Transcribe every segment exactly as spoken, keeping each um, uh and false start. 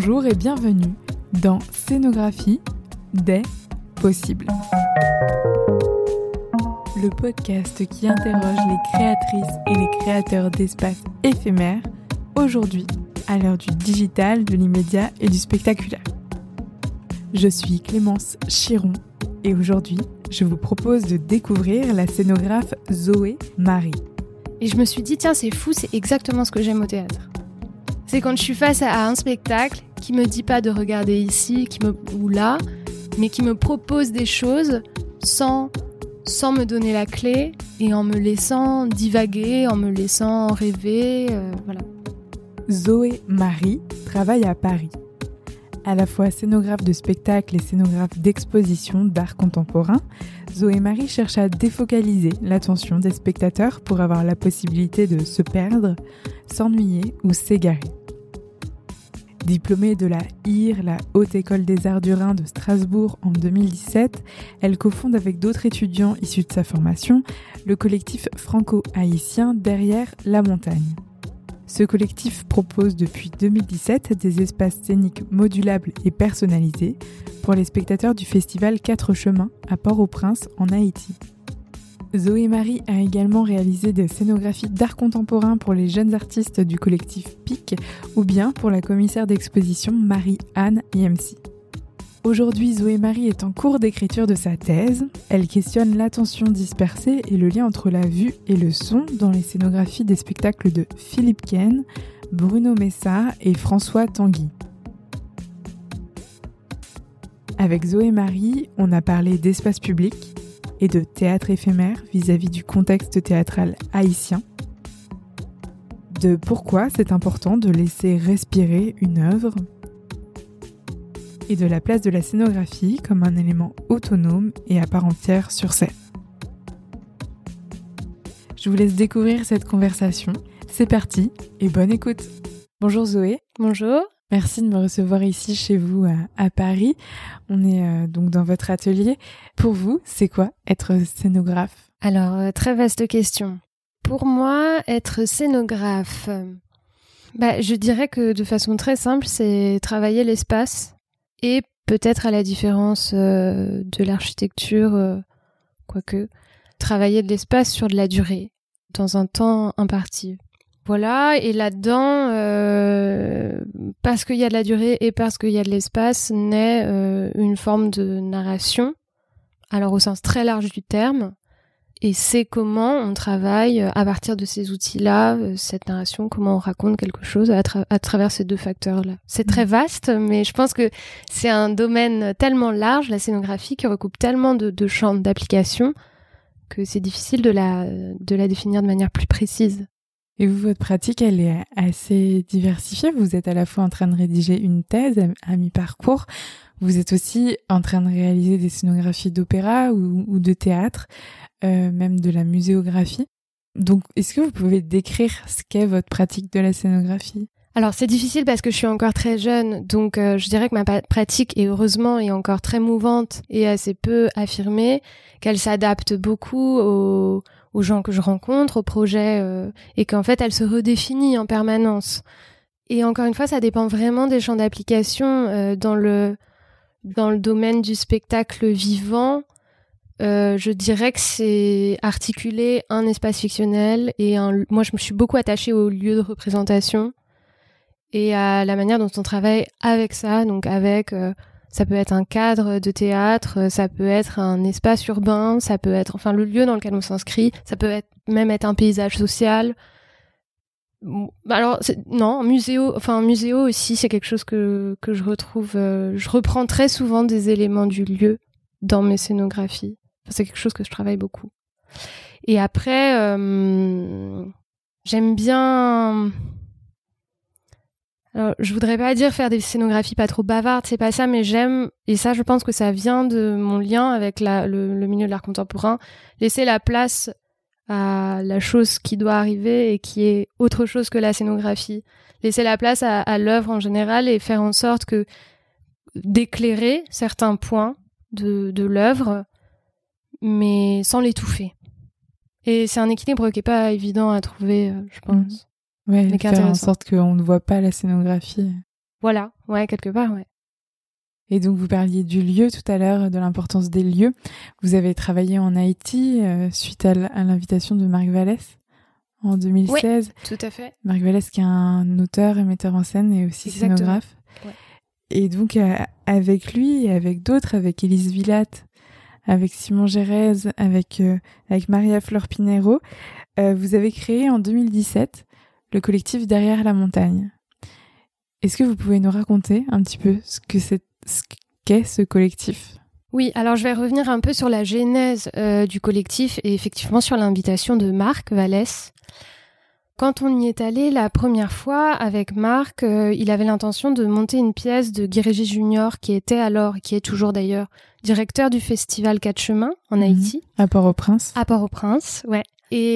Bonjour et bienvenue dans Scénographie des possibles. Le podcast qui interroge les créatrices et les créateurs d'espaces éphémères, aujourd'hui à l'heure du digital, de l'immédiat et du spectaculaire. Je suis Clémence Chiron et aujourd'hui, je vous propose de découvrir la scénographe Zoé Marie. Et je me suis dit, tiens, c'est fou, c'est exactement ce que j'aime au théâtre. C'est quand je suis face à un spectacle qui me dit pas de regarder ici qui me, ou là, mais qui me propose des choses sans, sans me donner la clé et en me laissant divaguer, en me laissant rêver, euh, voilà. Zoé Marie travaille à Paris. À la fois scénographe de spectacle et scénographe d'exposition d'art contemporain, Zoé Marie cherche à défocaliser l'attention des spectateurs pour avoir la possibilité de se perdre, s'ennuyer ou s'égarer. Diplômée de la I R, la Haute École des Arts du Rhin de Strasbourg en deux mille dix-sept, elle cofonde avec d'autres étudiants issus de sa formation le collectif franco-haïtien Derrière la montagne. Ce collectif propose depuis deux mille dix-sept des espaces scéniques modulables et personnalisés pour les spectateurs du festival Quatre Chemins à Port-au-Prince en Haïti. Zoé Marie a également réalisé des scénographies d'art contemporain pour les jeunes artistes du collectif P I C ou bien pour la commissaire d'exposition Marie-Anne Yemsi. Aujourd'hui, Zoé Marie est en cours d'écriture de sa thèse. Elle questionne l'attention dispersée et le lien entre la vue et le son dans les scénographies des spectacles de Philippe Ken, Bruno Messa et François Tanguy. Avec Zoé Marie, on a parlé d'espace public et de théâtre éphémère vis-à-vis du contexte théâtral haïtien, de pourquoi c'est important de laisser respirer une œuvre, et de la place de la scénographie comme un élément autonome et à part entière sur scène. Je vous laisse découvrir cette conversation. C'est parti et bonne écoute. Bonjour Zoé. Bonjour. Merci de me recevoir ici chez vous à, à Paris. On est euh, donc dans votre atelier. Pour vous, c'est quoi être scénographe ? Alors, euh, très vaste question. Pour moi, être scénographe, euh, bah, je dirais que de façon très simple, c'est travailler l'espace. Et peut-être à la différence euh, de l'architecture, euh, quoique, travailler de l'espace sur de la durée, dans un temps imparti. Voilà, et là-dedans, euh, parce qu'il y a de la durée et parce qu'il y a de l'espace, naît euh, une forme de narration, alors au sens très large du terme, et c'est comment on travaille à partir de ces outils-là, cette narration, comment on raconte quelque chose à, tra- à travers ces deux facteurs-là. C'est très vaste, mais je pense que c'est un domaine tellement large, la scénographie, qui recoupe tellement de, de champs d'application que c'est difficile de la, de la définir de manière plus précise. Et vous, votre pratique, elle est assez diversifiée. Vous êtes à la fois en train de rédiger une thèse à, à mi-parcours. Vous êtes aussi en train de réaliser des scénographies d'opéra ou, ou de théâtre, euh, même de la muséographie. Donc, est-ce que vous pouvez décrire ce qu'est votre pratique de la scénographie ? Alors, c'est difficile parce que je suis encore très jeune, donc euh, je dirais que ma pa- pratique, est heureusement, est encore très mouvante et assez peu affirmée, qu'elle s'adapte beaucoup aux, aux gens que je rencontre, aux projets, euh, et qu'en fait, elle se redéfinit en permanence. Et encore une fois, ça dépend vraiment des champs d'application euh, dans le... Dans le domaine du spectacle vivant, euh, je dirais que c'est articuler un espace fictionnel et un... moi je me suis beaucoup attachée au lieu de représentation et à la manière dont on travaille avec ça, donc avec, euh, ça peut être un cadre de théâtre, ça peut être un espace urbain, ça peut être, enfin le lieu dans lequel on s'inscrit, ça peut être, même être un paysage social. Alors c'est, non, muséo, enfin muséo aussi, c'est quelque chose que que je retrouve, euh, je reprends très souvent des éléments du lieu dans mes scénographies. Enfin, c'est quelque chose que je travaille beaucoup. Et après, euh, j'aime bien. Alors, je voudrais pas dire faire des scénographies pas trop bavardes, c'est pas ça, mais j'aime, et ça, je pense que ça vient de mon lien avec la, le, le milieu de l'art contemporain, laisser la place à la chose qui doit arriver et qui est autre chose que la scénographie. Laisser la place à, à l'œuvre en général et faire en sorte que d'éclairer certains points de, de l'œuvre, mais sans l'étouffer. Et c'est un équilibre qui est pas évident à trouver, je pense. Mmh. Ouais, mais faire en sorte qu'on ne voit pas la scénographie. Voilà, ouais, quelque part, ouais. Et donc, vous parliez du lieu tout à l'heure, de l'importance des lieux. Vous avez travaillé en Haïti euh, suite à, l- à l'invitation de Marc Vallès en deux mille seize. Oui, tout à fait. Marc Vallès qui est un auteur et metteur en scène et aussi Exactement. scénographe. Ouais. Et donc, euh, avec lui et avec d'autres, avec Élise Villatte, avec Simon Gérèse, avec, euh, avec Maria-Fleur Pinheiro, euh, vous avez créé en deux mille dix-sept le collectif Derrière la montagne. Est-ce que vous pouvez nous raconter un petit peu ce que c'est, ce qu'est ce collectif ? Oui, alors je vais revenir un peu sur la genèse euh, du collectif et effectivement sur l'invitation de Marc Vallès. Quand on y est allé la première fois avec Marc, euh, il avait l'intention de monter une pièce de Guy Régis Junior qui était alors, qui est toujours d'ailleurs, directeur du festival Quatre Chemins en mmh. Haïti. À Port-au-Prince. À Port-au-Prince, ouais.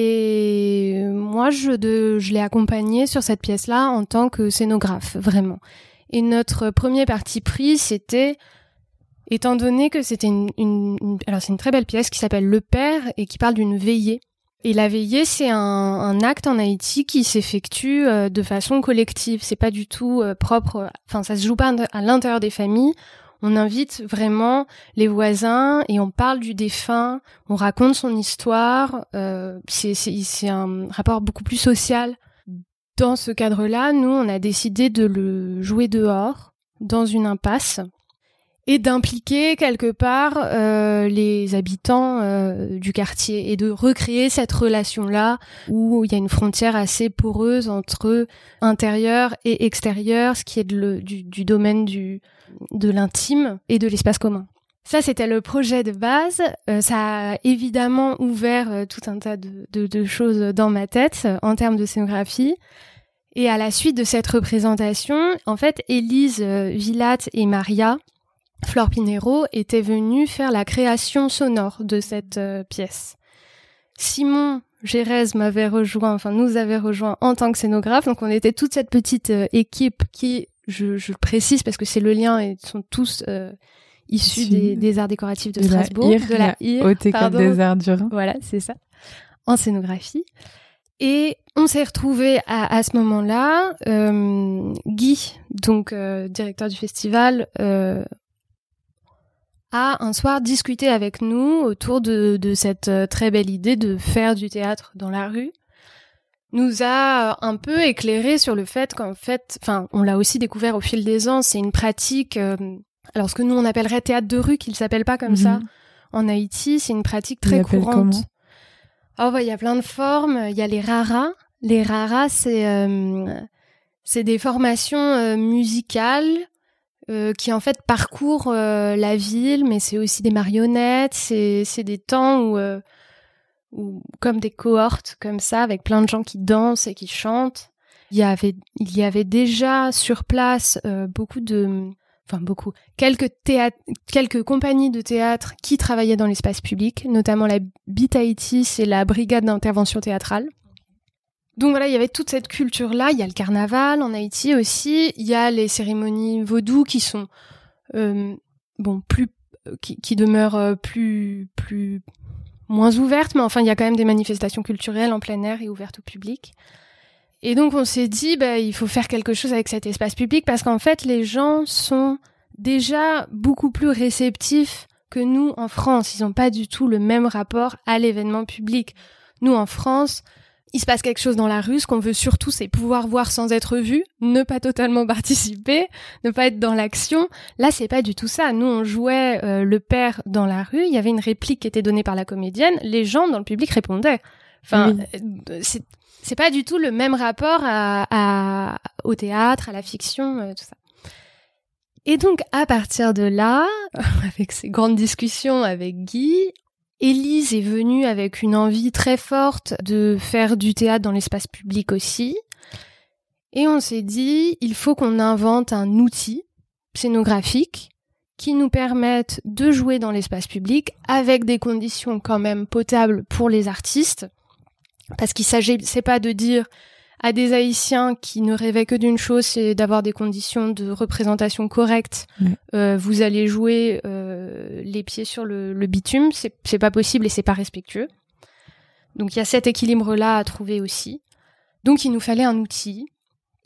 Et moi, je, de, je l'ai accompagné sur cette pièce-là en tant que scénographe, vraiment. Et notre premier parti pris, c'était, étant donné que c'était une, une, une... Alors, c'est une très belle pièce qui s'appelle Le Père et qui parle d'une veillée. Et la veillée, c'est un, un acte en Haïti qui s'effectue euh, de façon collective. C'est pas du tout euh, propre... Enfin, ça se joue pas à l'intérieur des familles. On invite vraiment les voisins et on parle du défunt, on raconte son histoire. Euh, c'est, c'est, c'est un rapport beaucoup plus social. Dans ce cadre-là, nous, on a décidé de le jouer dehors, dans une impasse, et d'impliquer quelque part euh, les habitants euh, du quartier et de recréer cette relation-là où il y a une frontière assez poreuse entre intérieur et extérieur, ce qui est de le, du, du domaine du, de l'intime et de l'espace commun. Ça, c'était le projet de base. Euh, ça a évidemment ouvert euh, tout un tas de, de, de choses dans ma tête euh, en termes de scénographie. Et à la suite de cette représentation, en fait, Élise euh, Villatte et Maria Fleur Pinheiro était venue faire la création sonore de cette euh, pièce. Simon Gérèse m'avait rejoint, enfin nous avait rejoint en tant que scénographe, donc on était toute cette petite euh, équipe qui, je, je le précise parce que c'est le lien, et sont tous euh, issus Issu des, des arts décoratifs de, de Strasbourg, la I R, de la I R, Haute École des Arts du Rhin. Voilà, c'est ça, en scénographie. Et on s'est retrouvés à, à ce moment-là, euh, Guy, donc euh, directeur du festival, euh, a un soir discuté avec nous autour de, de cette euh, très belle idée de faire du théâtre dans la rue. Nous a un peu éclairé sur le fait qu'en fait, enfin, on l'a aussi découvert au fil des ans, c'est une pratique, euh, alors ce que nous on appellerait théâtre de rue, qui ne s'appelle pas comme mm-hmm. ça en Haïti, c'est une pratique très courante. Oh, bah, il y a plein de formes, il y a les raras. Les raras, c'est, euh, c'est des formations euh, musicales Euh, qui en fait parcourent euh, la ville, mais c'est aussi des marionnettes, c'est, c'est des temps où, euh, où, comme des cohortes comme ça, avec plein de gens qui dansent et qui chantent. Il y avait, il y avait déjà sur place euh, beaucoup de, enfin beaucoup, quelques théâtres, quelques compagnies de théâtre qui travaillaient dans l'espace public, notamment la B I T Haïti, c'est la brigade d'intervention théâtrale. Donc voilà, il y avait toute cette culture-là. Il y a le carnaval en Haïti aussi. Il y a les cérémonies vaudou qui sont, euh, bon, plus, qui, qui demeurent euh, plus, plus, moins ouvertes. Mais enfin, il y a quand même des manifestations culturelles en plein air et ouvertes au public. Et donc, on s'est dit, bah, il faut faire quelque chose avec cet espace public parce qu'en fait, les gens sont déjà beaucoup plus réceptifs que nous en France. Ils n'ont pas du tout le même rapport à l'événement public. Nous, en France, il se passe quelque chose dans la rue, ce qu'on veut surtout, c'est pouvoir voir sans être vu, ne pas totalement participer, ne pas être dans l'action. Là, c'est pas du tout ça. Nous, on jouait euh, le père dans la rue, il y avait une réplique qui était donnée par la comédienne, les gens dans le public répondaient. Enfin, oui. euh, c'est, c'est pas du tout le même rapport à, à, au théâtre, à la fiction, euh, tout ça. Et donc, à partir de là, avec ces grandes discussions avec Guy, Élise est venue avec une envie très forte de faire du théâtre dans l'espace public aussi. Et on s'est dit, il faut qu'on invente un outil scénographique qui nous permette de jouer dans l'espace public avec des conditions quand même potables pour les artistes. Parce qu'il s'agissait pas de dire à des Haïtiens qui ne rêvaient que d'une chose, c'est d'avoir des conditions de représentation correctes. Mmh. Euh, vous allez jouer euh, les pieds sur le, le bitume, c'est, c'est pas possible et c'est pas respectueux. Donc il y a cet équilibre-là à trouver aussi. Donc il nous fallait un outil.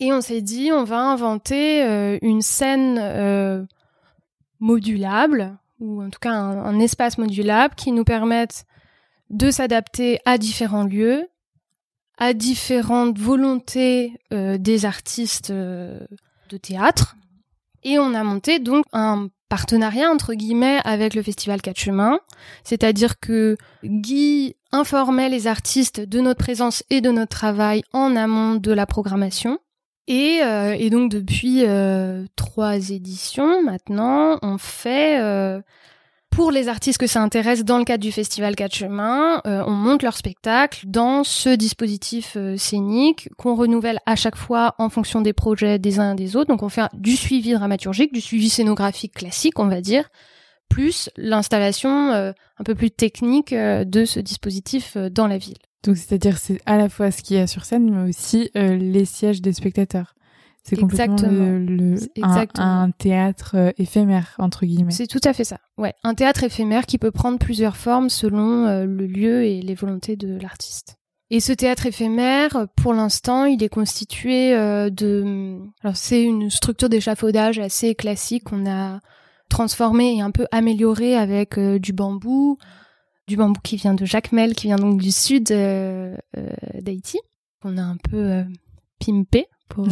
Et on s'est dit, on va inventer euh, une scène euh, modulable, ou en tout cas un, un espace modulable qui nous permette de s'adapter à différents lieux, à différentes volontés euh, des artistes euh, de théâtre. Et on a monté donc un partenariat, entre guillemets, avec le Festival Quatre Chemins. C'est-à-dire que Guy informait les artistes de notre présence et de notre travail en amont de la programmation. Et, euh, et donc depuis euh, trois éditions maintenant, on fait... Euh, pour les artistes que ça intéresse, dans le cadre du Festival Quatre Chemins, euh, on monte leur spectacle dans ce dispositif euh, scénique qu'on renouvelle à chaque fois en fonction des projets des uns et des autres. Donc on fait du suivi dramaturgique, du suivi scénographique classique, on va dire, plus l'installation euh, un peu plus technique euh, de ce dispositif euh, dans la ville. Donc c'est-à-dire c'est à la fois ce qu'il y a sur scène, mais aussi euh, les sièges des spectateurs. C'est complètement le, le, un, un théâtre euh, éphémère, entre guillemets. C'est tout à fait ça. Ouais, un théâtre éphémère qui peut prendre plusieurs formes selon euh, le lieu et les volontés de l'artiste. Et ce théâtre éphémère, pour l'instant, il est constitué euh, de... Alors c'est une structure d'échafaudage assez classique qu'on a transformée et un peu améliorée avec euh, du bambou, du bambou qui vient de Jacmel, qui vient donc du sud euh, euh, d'Haïti, qu'on a un peu euh, pimpé. Pour...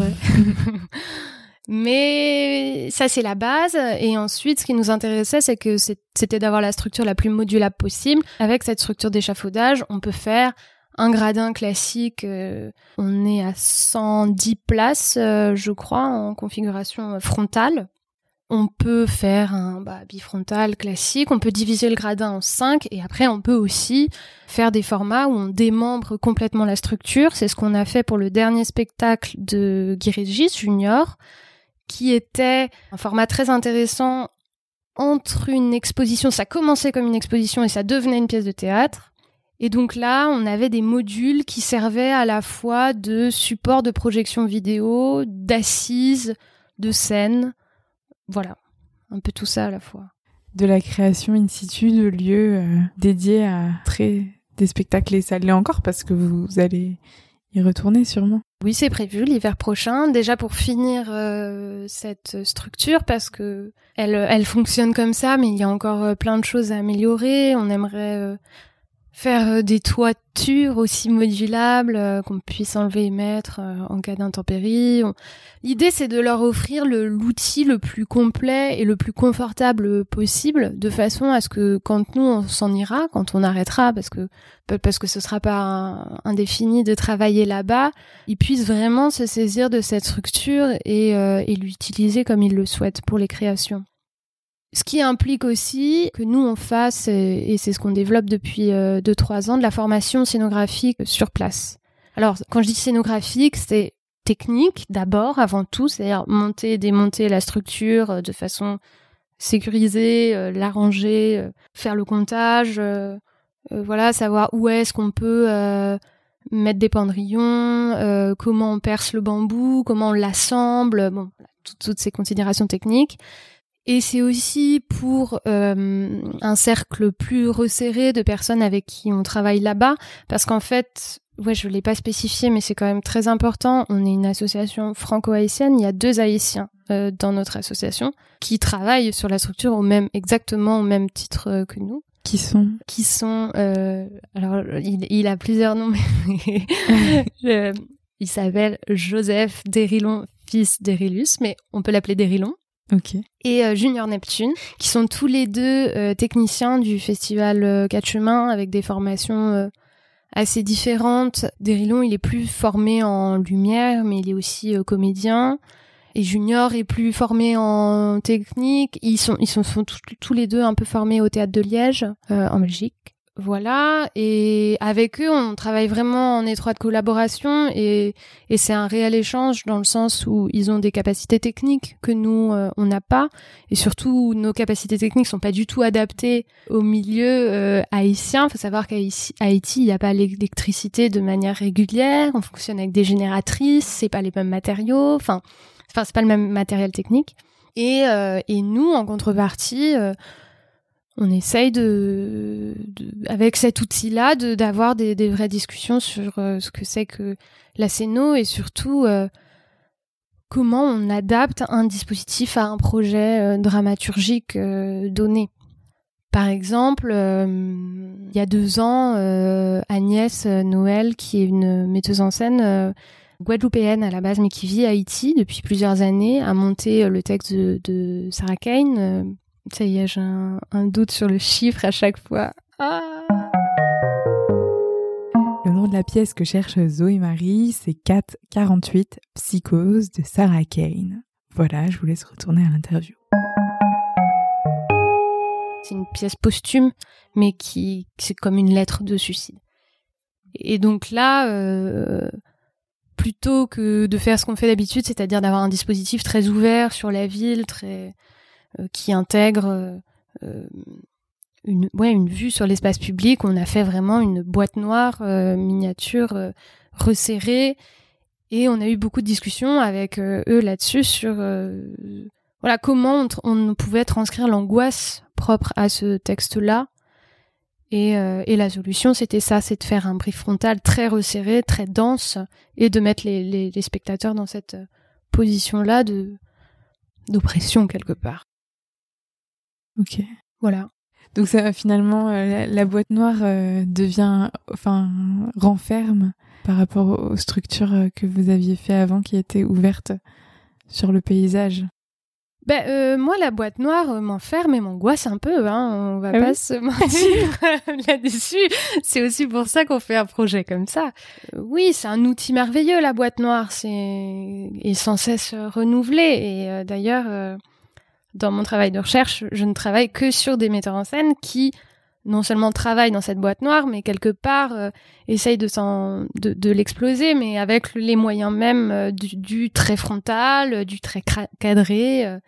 Mais ça, c'est la base. Et ensuite, ce qui nous intéressait, c'est que c'était d'avoir la structure la plus modulable possible. Avec cette structure d'échafaudage, on peut faire un gradin classique. Euh, on est à cent dix places, euh, je crois, en configuration frontale. On peut faire un bah, bifrontal classique, on peut diviser le gradin en cinq, et après on peut aussi faire des formats où on démembre complètement la structure. C'est ce qu'on a fait pour le dernier spectacle de Guy Régis Junior, qui était un format très intéressant entre une exposition, ça commençait comme une exposition et ça devenait une pièce de théâtre. Et donc là, on avait des modules qui servaient à la fois de support de projection vidéo, d'assises, de scène. Voilà, un peu tout ça à la fois. De la création in situ de lieux euh, dédiés à très des spectacles, et ça l'est encore parce que vous, vous allez y retourner sûrement. Oui, c'est prévu l'hiver prochain, déjà pour finir euh, cette structure, parce que elle, elle fonctionne comme ça, mais il y a encore euh, plein de choses à améliorer. On aimerait euh, faire euh, des toitures aussi modulables, euh, qu'on puisse enlever et mettre euh, en cas d'intempérie. On... L'idée, c'est de leur offrir le, l'outil le plus complet et le plus confortable possible, de façon à ce que quand nous, on s'en ira, quand on arrêtera, parce que parce que ce sera pas indéfini de travailler là-bas, ils puissent vraiment se saisir de cette structure et, euh, et l'utiliser comme ils le souhaitent pour les créations. Ce qui implique aussi que nous, on fasse, et c'est ce qu'on développe depuis euh, deux trois ans, de la formation scénographique sur place. Alors, quand je dis scénographique, c'est technique d'abord, avant tout, c'est-à-dire monter et démonter la structure de façon sécurisée, euh, l'arranger, euh, faire le comptage, euh, euh, voilà, savoir où est-ce qu'on peut euh, mettre des pendrillons, euh, comment on perce le bambou, comment on l'assemble, bon, tout, toutes ces considérations techniques. Et c'est aussi pour euh, un cercle plus resserré de personnes avec qui on travaille là-bas, parce qu'en fait, ouais, je l'ai pas spécifié, mais c'est quand même très important. On est une association franco-haïtienne. Il y a deux Haïtiens euh, dans notre association qui travaillent sur la structure au même, exactement au même titre euh, que nous. Qui sont Qui sont. Euh, alors, il, il a plusieurs noms, mais je, il s'appelle Joseph Dérilon, fils d'Erilus, mais on peut l'appeler Dérilon. Ok. Et euh, Junior Neptune, qui sont tous les deux euh, techniciens du festival euh, Quatre Chemins, avec des formations euh, assez différentes. Dérilon, il est plus formé en lumière, mais il est aussi euh, comédien. Et Junior est plus formé en technique. Ils sont, ils sont, sont tous, tous les deux un peu formés au Théâtre de Liège, euh, en Belgique. Voilà, et avec eux, on travaille vraiment en étroite collaboration, et, et c'est un réel échange dans le sens où ils ont des capacités techniques que nous, euh, on n'a pas, et surtout, nos capacités techniques sont pas du tout adaptées au milieu euh, haïtien. Il faut savoir qu'à Haïti, il n'y a pas l'électricité de manière régulière, on fonctionne avec des génératrices, c'est pas les mêmes matériaux, enfin, enfin c'est pas le même matériel technique. Et, euh, et nous, en contrepartie... Euh, on essaye de, de, avec cet outil-là, de, d'avoir des, des vraies discussions sur euh, ce que c'est que la scéno, et surtout euh, comment on adapte un dispositif à un projet euh, dramaturgique euh, donné. Par exemple, euh, il y a deux ans, euh, Agnès Noël, qui est une metteuse en scène euh, guadeloupéenne à la base, mais qui vit à Haïti depuis plusieurs années, a monté euh, le texte de, de Sarah Kane. Euh, ça y est, j'ai un, un doute sur le chiffre à chaque fois. Ah Le nom de la pièce que cherche Zoé Marie, c'est quatre quarante-huit, Psychose de Sarah Kane. Voilà, je vous laisse retourner à l'interview. C'est une pièce posthume, mais qui c'est comme une lettre de suicide. Et donc là, euh, plutôt que de faire ce qu'on fait d'habitude, c'est-à-dire d'avoir un dispositif très ouvert sur la ville, très euh, qui intègre euh, une ouais une vue sur l'espace public, on a fait vraiment une boîte noire euh, miniature euh, resserrée, et on a eu beaucoup de discussions avec euh, eux là-dessus sur euh, voilà comment on, on pouvait transcrire l'angoisse propre à ce texte-là. Et, euh, et la solution, c'était ça, c'est de faire un brief frontal très resserré, très dense, et de mettre les, les, les spectateurs dans cette position-là de, d'oppression, quelque part. Ok. Voilà. Donc ça, finalement, euh, la, la boîte noire euh, devient, enfin, renferme par rapport aux structures que vous aviez fait avant, qui étaient ouvertes sur le paysage. Ben euh, moi la boîte noire euh, m'enferme et m'angoisse un peu, hein, on va ah pas oui se mentir là-dessus. C'est aussi pour ça qu'on fait un projet comme ça. Euh, oui, c'est un outil merveilleux la boîte noire, c'est et sans cesse renouvelé. Et euh, d'ailleurs, euh, dans mon travail de recherche, je ne travaille que sur des metteurs en scène qui non seulement travaillent dans cette boîte noire, mais quelque part euh, essayent de, s'en, de, de l'exploser, mais avec les moyens même euh, du, du trait frontal, du trait cra- cadré. Euh.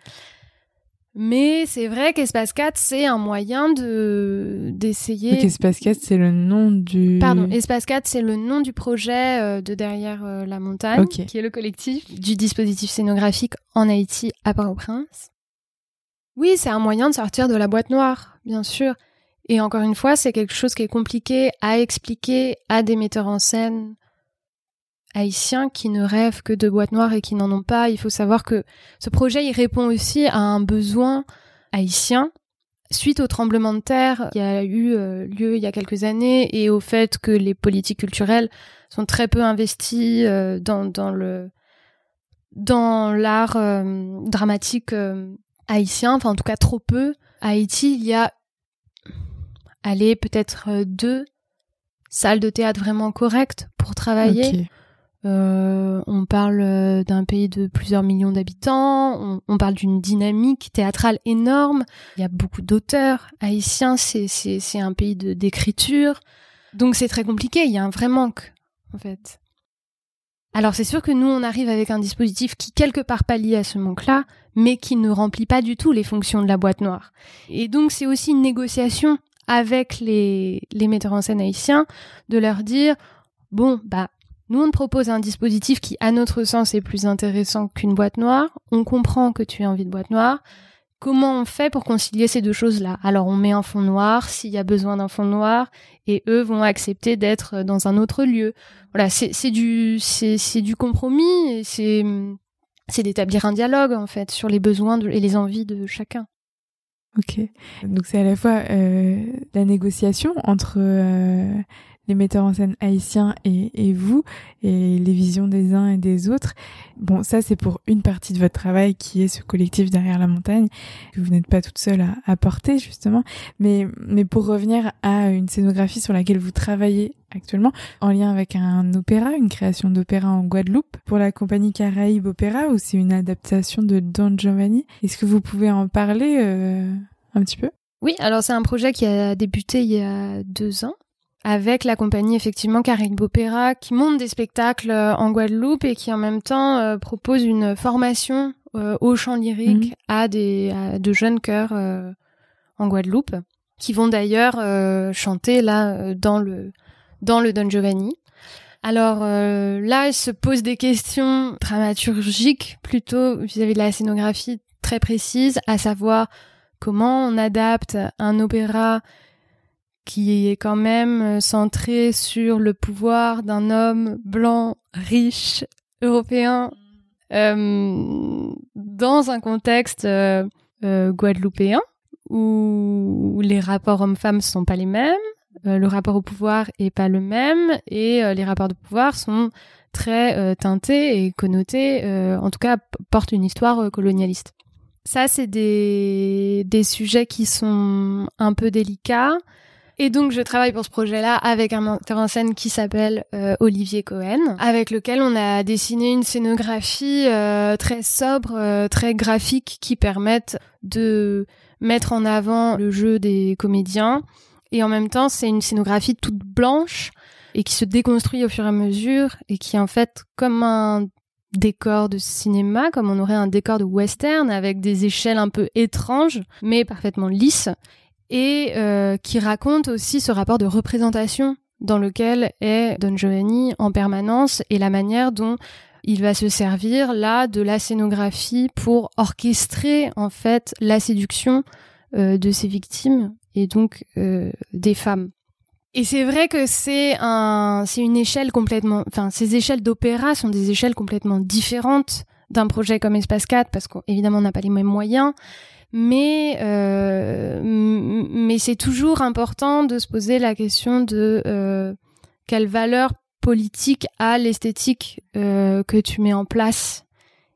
Mais c'est vrai qu'Espace quatre, c'est un moyen de, d'essayer... Donc Espace quatre, c'est le nom du... Pardon, Espace quatre, c'est le nom du projet euh, de Derrière euh, la montagne, okay. qui est le collectif du dispositif scénographique en Haïti à Port-au-Prince. Oui, c'est un moyen de sortir de la boîte noire, bien sûr. Et encore une fois, c'est quelque chose qui est compliqué à expliquer à des metteurs en scène haïtiens qui ne rêvent que de boîtes noires et qui n'en ont pas. Il faut savoir que ce projet, il répond aussi à un besoin haïtien suite au tremblement de terre qui a eu euh, lieu il y a quelques années et au fait que les politiques culturelles sont très peu investies euh, dans, dans, le, dans l'art euh, dramatique euh, haïtien, enfin en tout cas trop peu. À Haïti, il y a aller peut-être euh, deux salles de théâtre vraiment correctes pour travailler. Okay. Euh, on parle euh, d'un pays de plusieurs millions d'habitants, on, on parle d'une dynamique théâtrale énorme. Il y a beaucoup d'auteurs haïtiens, c'est, c'est, c'est un pays de, d'écriture. Donc c'est très compliqué, il y a un vrai manque, en fait. Alors c'est sûr que nous, on arrive avec un dispositif qui, quelque part, pallie à ce manque-là, mais qui ne remplit pas du tout les fonctions de la boîte noire. Et donc c'est aussi une négociation avec les, les metteurs en scène haïtiens, de leur dire, bon, bah, nous on te propose un dispositif qui, à notre sens, est plus intéressant qu'une boîte noire, on comprend que tu as envie de boîte noire, comment on fait pour concilier ces deux choses-là ? Alors on met un fond noir, s'il y a besoin d'un fond noir, et eux vont accepter d'être dans un autre lieu. Voilà, c'est, c'est, du, c'est, c'est du compromis, et c'est, c'est d'établir un dialogue, en fait, sur les besoins de, et les envies de chacun. Ok, donc c'est à la fois euh, la négociation entre euh, les metteurs en scène haïtiens et, et vous, et les visions des uns et des autres. Bon, ça c'est pour une partie de votre travail qui est ce collectif Derrière la montagne, que vous n'êtes pas toute seule à, à porter justement, mais, mais pour revenir à une scénographie sur laquelle vous travaillez actuellement, en lien avec un opéra, une création d'opéra en Guadeloupe, pour la compagnie Caraïbes Opéra, ou c'est une adaptation de Don Giovanni. Est-ce que vous pouvez en parler euh, un petit peu ? Oui, alors c'est un projet qui a débuté il y a deux ans, avec la compagnie effectivement Caraïbes Opéra, qui monte des spectacles en Guadeloupe et qui en même temps euh, propose une formation euh, au chant lyrique mmh. à, des, à de jeunes chœurs euh, en Guadeloupe, qui vont d'ailleurs euh, chanter là dans le dans le Don Giovanni. Alors euh, là, il se pose des questions dramaturgiques plutôt vis-à-vis de la scénographie très précise, à savoir comment on adapte un opéra qui est quand même centré sur le pouvoir d'un homme blanc, riche, européen, euh, dans un contexte euh, euh, guadeloupéen où les rapports hommes-femmes sont pas les mêmes, euh, le rapport au pouvoir est pas le même et euh, les rapports de pouvoir sont très euh, teintés et connotés, euh, en tout cas p- portent une histoire euh, colonialiste. Ça, c'est des, des sujets qui sont un peu délicats. Et donc, je travaille pour ce projet-là avec un metteur en scène qui s'appelle euh, Olivier Cohen, avec lequel on a dessiné une scénographie euh, très sobre, euh, très graphique, qui permettent de mettre en avant le jeu des comédiens. Et en même temps, c'est une scénographie toute blanche et qui se déconstruit au fur et à mesure et qui est en fait comme un décor de cinéma, comme on aurait un décor de western avec des échelles un peu étranges, mais parfaitement lisses. Et euh, qui raconte aussi ce rapport de représentation dans lequel est Don Giovanni en permanence et la manière dont il va se servir là de la scénographie pour orchestrer en fait la séduction euh, de ses victimes et donc euh, des femmes. Et c'est vrai que c'est un, c'est une échelle complètement, enfin ces échelles d'opéra sont des échelles complètement différentes d'un projet comme Espace quatre parce qu'évidemment on n'a pas les mêmes moyens. Mais euh, m- mais c'est toujours important de se poser la question de euh, quelle valeur politique a l'esthétique euh, que tu mets en place.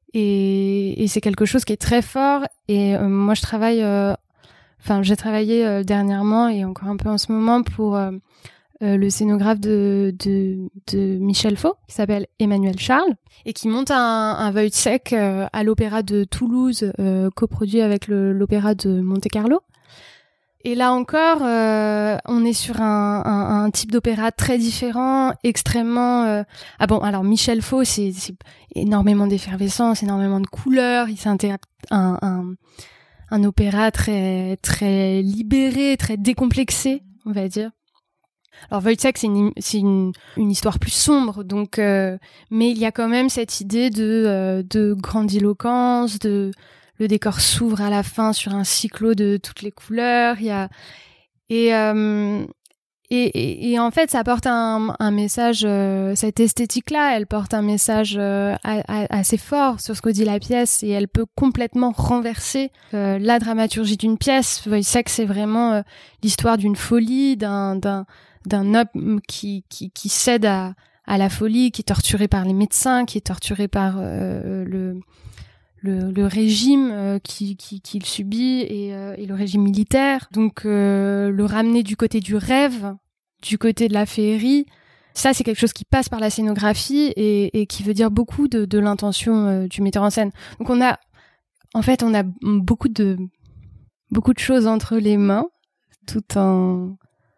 Et, et c'est quelque chose qui est très fort. Et euh, moi, je travaille, enfin, euh, j'ai travaillé euh, dernièrement et encore un peu en ce moment pour euh, euh, le scénographe de, de, de Michel Faux, qui s'appelle Emmanuel Charles, et qui monte un, un Wojciech euh, à l'Opéra de Toulouse, euh, coproduit avec le, l'Opéra de Monte-Carlo. Et là encore, euh, on est sur un, un, un type d'opéra très différent, extrêmement... Euh... Ah bon, alors Michel Faux, c'est, c'est énormément d'effervescence, énormément de couleurs, il s'intéresse un, un, un opéra très, très libéré, très décomplexé, on va dire. Alors Wojciech, c'est une c'est une, une histoire plus sombre, donc euh, mais il y a quand même cette idée de euh, de grandiloquence, de le décor s'ouvre à la fin sur un cyclo de toutes les couleurs. Il y a et euh, et, et, et en fait, ça porte un, un message. Euh, cette esthétique-là, elle porte un message euh, a, a, assez fort sur ce que dit la pièce, et elle peut complètement renverser euh, la dramaturgie d'une pièce. Wojciech, c'est vraiment euh, l'histoire d'une folie, d'un d'un d'un homme qui, qui, qui cède à, à la folie, qui est torturé par les médecins, qui est torturé par euh, le, le, le régime euh, qui, qui, qu'il subit et, euh, et le régime militaire. Donc euh, le ramener du côté du rêve, du côté de la féerie, ça c'est quelque chose qui passe par la scénographie et, et qui veut dire beaucoup de, de l'intention euh, du metteur en scène. Donc on a, en fait, on a beaucoup de, beaucoup de choses entre les mains, tout en...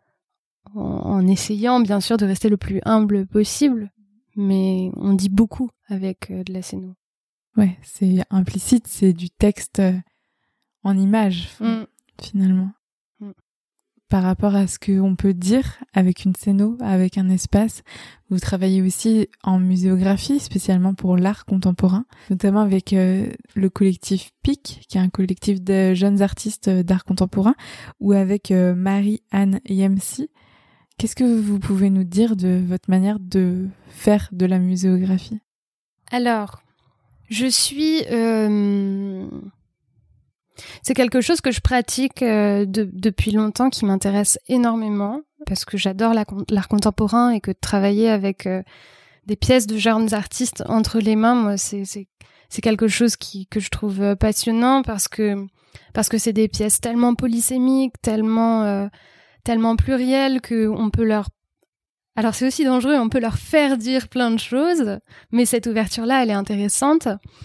en essayant bien sûr de rester le plus humble possible, mais on dit beaucoup avec euh, de la scéno. Ouais, c'est implicite, c'est du texte euh, en images mm. finalement. Mm. Par rapport à ce qu'on peut dire avec une scéno, avec un espace, vous travaillez aussi en muséographie, spécialement pour l'art contemporain, notamment avec euh, le collectif P I C, qui est un collectif de jeunes artistes d'art contemporain, ou avec euh, Marie-Anne Yemsi. Qu'est-ce que vous pouvez nous dire de votre manière de faire de la muséographie ? Alors, je suis... Euh... C'est quelque chose que je pratique euh, de, depuis longtemps, qui m'intéresse énormément, parce que j'adore la, l'art contemporain et que de travailler avec euh, des pièces de jeunes artistes entre les mains, moi, c'est, c'est, c'est quelque chose qui, que je trouve passionnant, parce que, parce que c'est des pièces tellement polysémiques, tellement... Euh, tellement pluriel qu'on peut leur... Alors c'est aussi dangereux, on peut leur faire dire plein de choses, mais cette ouverture-là, elle est intéressante.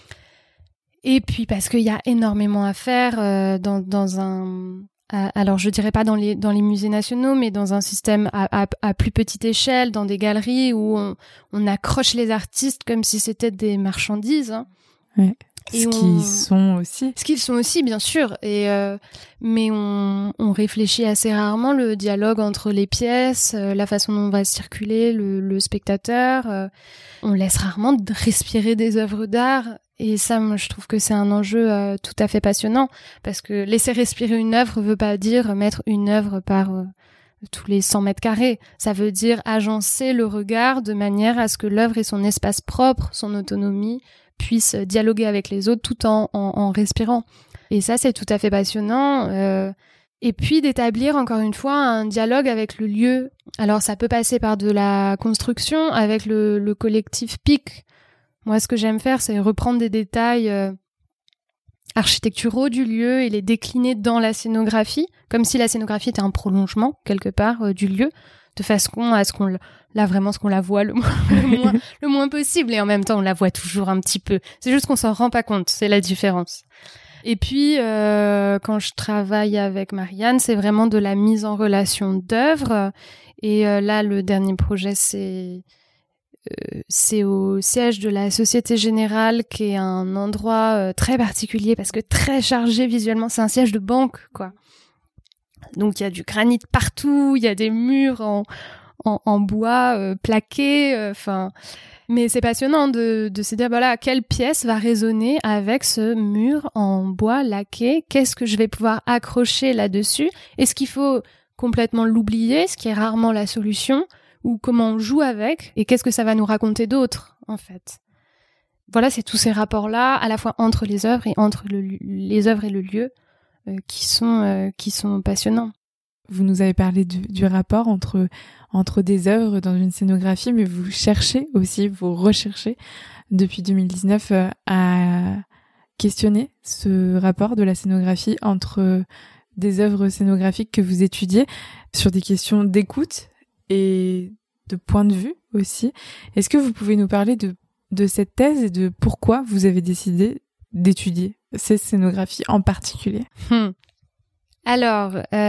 Et puis parce qu'il y a énormément à faire euh, dans, dans un... Alors je dirais pas dans les, dans les musées nationaux, mais dans un système à, à, à plus petite échelle, dans des galeries où on, on accroche les artistes comme si c'était des marchandises. Hein. Ouais. Et ce on... qu'ils sont aussi. Ce qu'ils sont aussi, bien sûr. Et euh, mais on, on réfléchit assez rarement le dialogue entre les pièces, euh, la façon dont va circuler le, le spectateur. Euh, on laisse rarement respirer des œuvres d'art. Et ça, moi, je trouve que c'est un enjeu euh, tout à fait passionnant, parce que laisser respirer une œuvre veut pas dire mettre une œuvre par euh, tous les cent mètres carrés. Ça veut dire agencer le regard de manière à ce que l'œuvre ait son espace propre, son autonomie, puissent dialoguer avec les autres tout en, en, en respirant. Et ça, c'est tout à fait passionnant. Euh, et puis d'établir, encore une fois, un dialogue avec le lieu. Alors, ça peut passer par de la construction avec le, le collectif P I C. Moi, ce que j'aime faire, c'est reprendre des détails euh, architecturaux du lieu et les décliner dans la scénographie, comme si la scénographie était un prolongement, quelque part, euh, du lieu, de façon à ce qu'on là vraiment ce qu'on la voit le moins, le moins le moins possible, et en même temps on la voit toujours un petit peu. C'est juste qu'on s'en rend pas compte, c'est la différence. Et puis euh, quand je travaille avec Marianne, c'est vraiment de la mise en relation d'œuvres. Et euh, là le dernier projet c'est euh, c'est au siège de la Société Générale, qui est un endroit euh, très particulier parce que très chargé visuellement. C'est un siège de banque, quoi. Donc il y a du granit partout, il y a des murs en, en, en bois euh, plaqués, enfin. Euh, mais c'est passionnant de, de se dire, voilà, quelle pièce va résonner avec ce mur en bois laqué? Qu'est-ce que je vais pouvoir accrocher là-dessus? Est-ce qu'il faut complètement l'oublier, ce qui est rarement la solution, ou comment on joue avec? Et qu'est-ce que ça va nous raconter d'autre, en fait? Voilà, c'est tous ces rapports-là, à la fois entre les œuvres et entre le, les œuvres et le lieu, Euh, qui sont euh, qui sont passionnants. Vous nous avez parlé du, du rapport entre entre des œuvres dans une scénographie, mais vous cherchez aussi, vous recherchez depuis deux mille dix-neuf euh, à questionner ce rapport de la scénographie entre des œuvres scénographiques que vous étudiez sur des questions d'écoute et de point de vue aussi. Est-ce que vous pouvez nous parler de de cette thèse et de pourquoi vous avez décidé d'étudier ces scénographies en particulier? Hmm. Alors,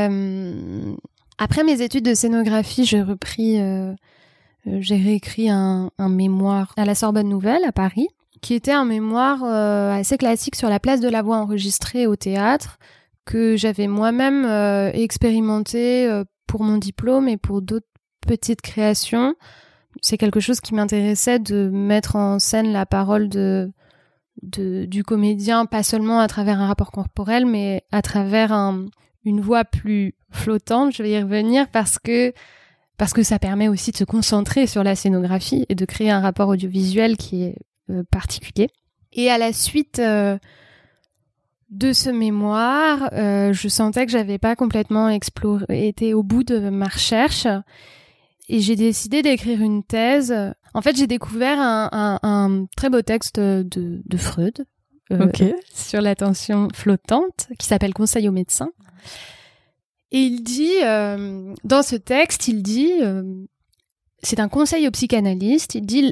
euh, après mes études de scénographie, j'ai repris, euh, j'ai réécrit un, un mémoire à la Sorbonne Nouvelle à Paris, qui était un mémoire euh, assez classique sur la place de la voix enregistrée au théâtre, que j'avais moi-même euh, expérimenté euh, pour mon diplôme et pour d'autres petites créations. C'est quelque chose qui m'intéressait, de mettre en scène la parole de De, du comédien, pas seulement à travers un rapport corporel, mais à travers un, une voix plus flottante. Je vais y revenir parce que, parce que ça permet aussi de se concentrer sur la scénographie et de créer un rapport audiovisuel qui est euh, particulier. Et à la suite euh, de ce mémoire, euh, je sentais que j'avais pas complètement exploré, été au bout de ma recherche, et j'ai décidé d'écrire une thèse. En fait, j'ai découvert un, un, un très beau texte de, de Freud euh, okay. sur l'attention flottante, qui s'appelle Conseil aux médecins. Et il dit, euh, dans ce texte, il dit, euh, c'est un conseil au psychanalyste, il dit,